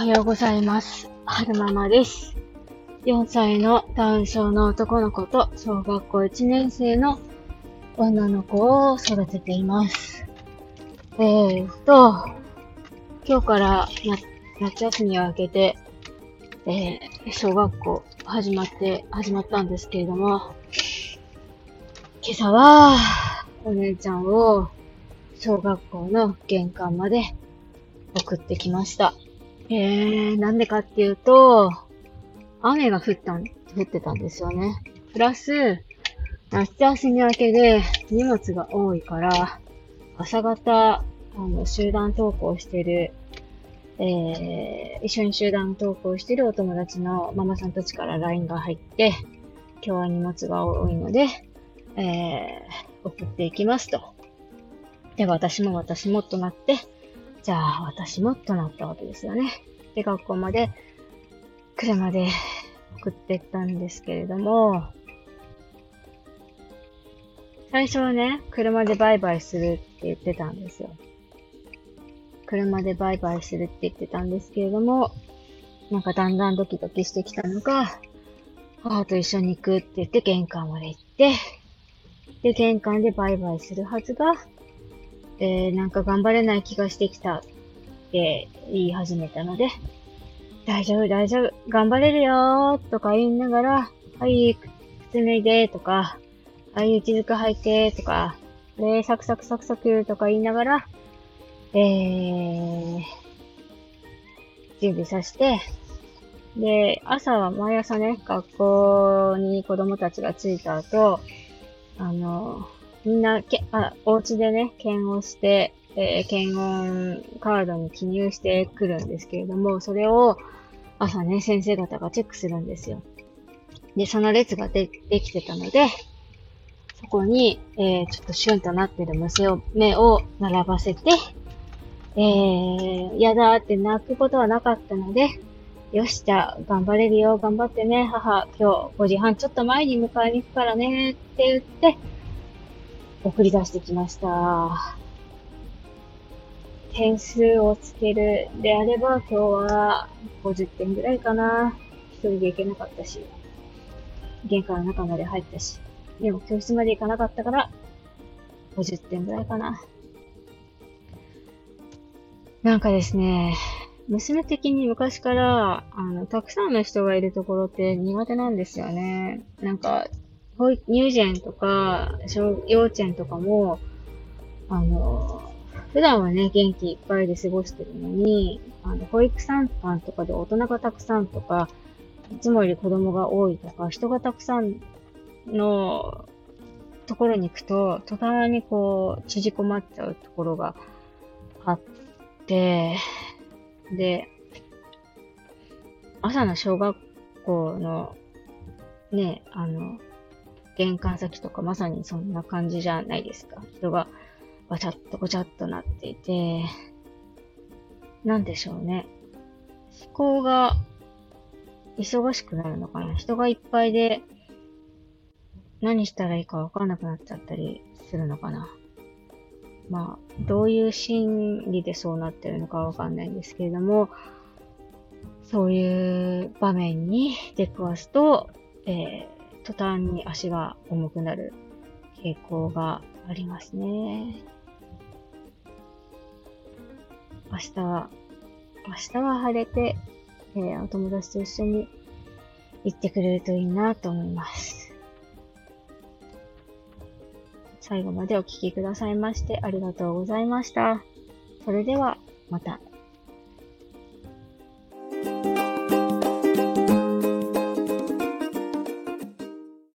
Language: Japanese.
はようございます。はるままです。4歳のダウン症の男の子と小学校1年生の女の子を育てています。今日から夏休みを明けて、小学校始まったんですけれども、今朝はお姉ちゃんを小学校の玄関まで送ってきました。なんでかっていうと、雨が降ってたんですよね。プラス、夏休み明けで荷物が多いから、朝方、集団登校してる、一緒に集団登校してるお友達のママさんたちから LINE が入って、今日は荷物が多いので、送っていきますと。で、私もとなって、じゃあ私もとなったわけですよね。で、学校まで車で送ってったんですけれども、最初はね、車でバイバイするって言ってたんですよ。車でバイバイするって言ってたんですけれども、なんかだんだんドキドキしてきたのか、母と一緒に行くって言って玄関まで行って、で、玄関でバイバイするはずが、なんか頑張れない気がしてきたって言い始めたので、大丈夫、頑張れるよーとか言いながら、はい、靴脱いでとか、はい、内塚履いてとか、サクサクとか言いながら、準備させて、で、毎朝ね、学校に子供たちが着いた後、みんな、お家でね、検温して、検温カードに記入してくるんですけれども、それを朝ね、先生方がチェックするんですよ。で、その列ができてたので、そこに、ちょっとシュンとなってる目を並ばせて、やだーって泣くことはなかったので、よし、じゃあ、頑張れるよ、頑張ってね、母、今日5時半ちょっと前に迎えに行くからね、って言って、送り出してきました。点数をつけるであれば、今日は50点ぐらいかな。一人で行けなかったし、玄関の中まで入ったし、でも教室まで行かなかったから、50点ぐらいかな。なんかですね、娘的に昔から、たくさんの人がいるところって苦手なんですよね。なんか、乳児園とか、幼稚園とかも、普段はね、元気いっぱいで過ごしてるのに、保育参観とかで大人がたくさんとか、いつもより子供が多いとか、人がたくさんのところに行くと、途端にこう、縮こまっちゃうところがあって、で、朝の小学校のね、玄関先とかまさにそんな感じじゃないですか。人がごちゃっとなっていて、なんでしょうね。思考が忙しくなるのかな。人がいっぱいで何したらいいかわかんなくなっちゃったりするのかな。まあ、どういう心理でそうなってるのかわかんないんですけれども、そういう場面に出くわすと、途端に足が重くなる傾向がありますね。明日は晴れて、お友達と一緒に行ってくれるといいなと思います。最後までお聞きくださいましてありがとうございました。それではまた。